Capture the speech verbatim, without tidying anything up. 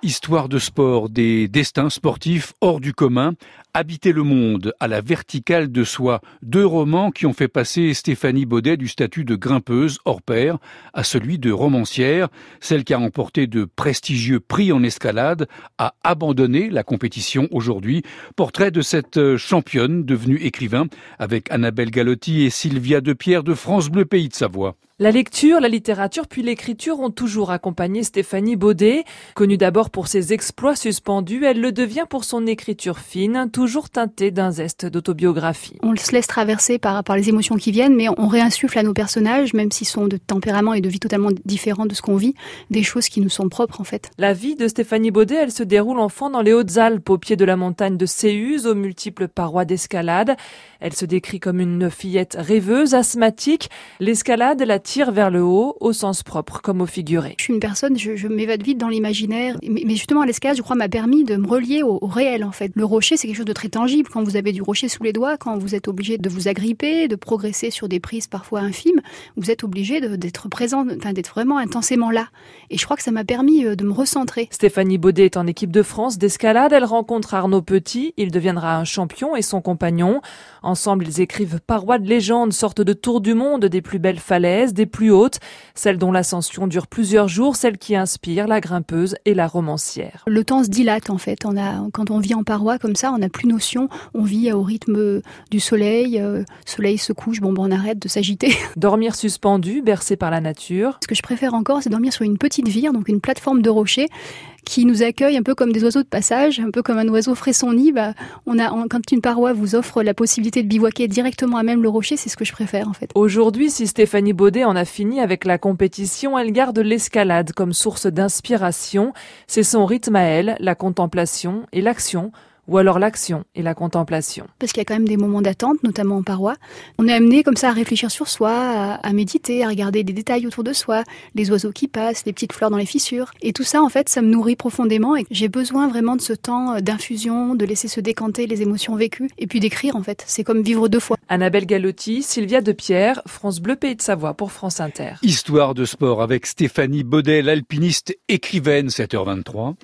Histoire de sport, des destins sportifs hors du commun. Habiter le monde à la verticale de soi. Deux romans qui ont fait passer Stéphanie Baudet du statut de grimpeuse hors pair à celui de romancière. Celle qui a remporté de prestigieux prix en escalade a abandonné la compétition aujourd'hui. Portrait de cette championne devenue écrivain avec Annabelle Galotti et Sylvia Depierre de France Bleu Pays de Savoie. La lecture, la littérature puis l'écriture ont toujours accompagné Stéphanie Baudet. Connue d'abord pour ses exploits suspendus, elle le devient pour son écriture fine, toujours teintée d'un zeste d'autobiographie. On se laisse traverser par, par les émotions qui viennent, mais on réinsuffle à nos personnages, même s'ils sont de tempérament et de vie totalement différents de ce qu'on vit, des choses qui nous sont propres en fait. La vie de Stéphanie Baudet, elle se déroule enfant dans les Hautes-Alpes, au pied de la montagne de Céuse, aux multiples parois d'escalade. Elle se décrit comme une fillette rêveuse, asthmatique. L'escalade la tire vers le haut, au sens propre comme au figuré. Je suis une personne, je, je m'évade vite dans l'imaginaire, mais, mais justement l'escalade, je crois, m'a permis de me relier au, au réel en fait. Le rocher, c'est quelque chose de très tangible. Quand vous avez du rocher sous les doigts, quand vous êtes obligé de vous agripper, de progresser sur des prises parfois infimes, vous êtes obligé de, d'être présent, enfin, d'être vraiment intensément là. Et je crois que ça m'a permis de me recentrer. Stéphanie Baudet est en équipe de France d'escalade. Elle rencontre Arnaud Petit. Il deviendra un champion et son compagnon. Ensemble, ils écrivent Parois de légende, sorte de tour du monde des plus belles falaises, des plus hautes, celles dont l'ascension dure plusieurs jours, celles qui inspirent la grimpeuse et la romancière. Le temps se dilate en fait. On a, quand on vit en parois comme ça, on n'a plus notion. On vit au rythme du soleil. Le euh, soleil se couche, bon, bon, on arrête de s'agiter. Dormir suspendu, bercé par la nature. Ce que je préfère encore, c'est dormir sur une petite vire, donc une plateforme de rocher, qui nous accueille un peu comme des oiseaux de passage, un peu comme un oiseau ferait son nid. Bah, on a, on, quand une paroi vous offre la possibilité de bivouaquer directement à même le rocher, c'est ce que je préfère en fait. Aujourd'hui, si Stéphanie Baudet en a fini avec la compétition, elle garde l'escalade comme source d'inspiration. C'est son rythme à elle, la contemplation et l'action. Ou alors l'action et la contemplation. Parce qu'il y a quand même des moments d'attente, notamment en parois. On est amené comme ça à réfléchir sur soi, à, à méditer, à regarder des détails autour de soi, les oiseaux qui passent, les petites fleurs dans les fissures. Et tout ça, en fait, ça me nourrit profondément et j'ai besoin vraiment de ce temps d'infusion, de laisser se décanter les émotions vécues et puis d'écrire, en fait. C'est comme vivre deux fois. Annabelle Galotti, Sylvia Depierre, France Bleu Pays de Savoie pour France Inter. Histoire de sport avec Stéphanie Baudet, l'alpiniste écrivaine, sept heures vingt-trois.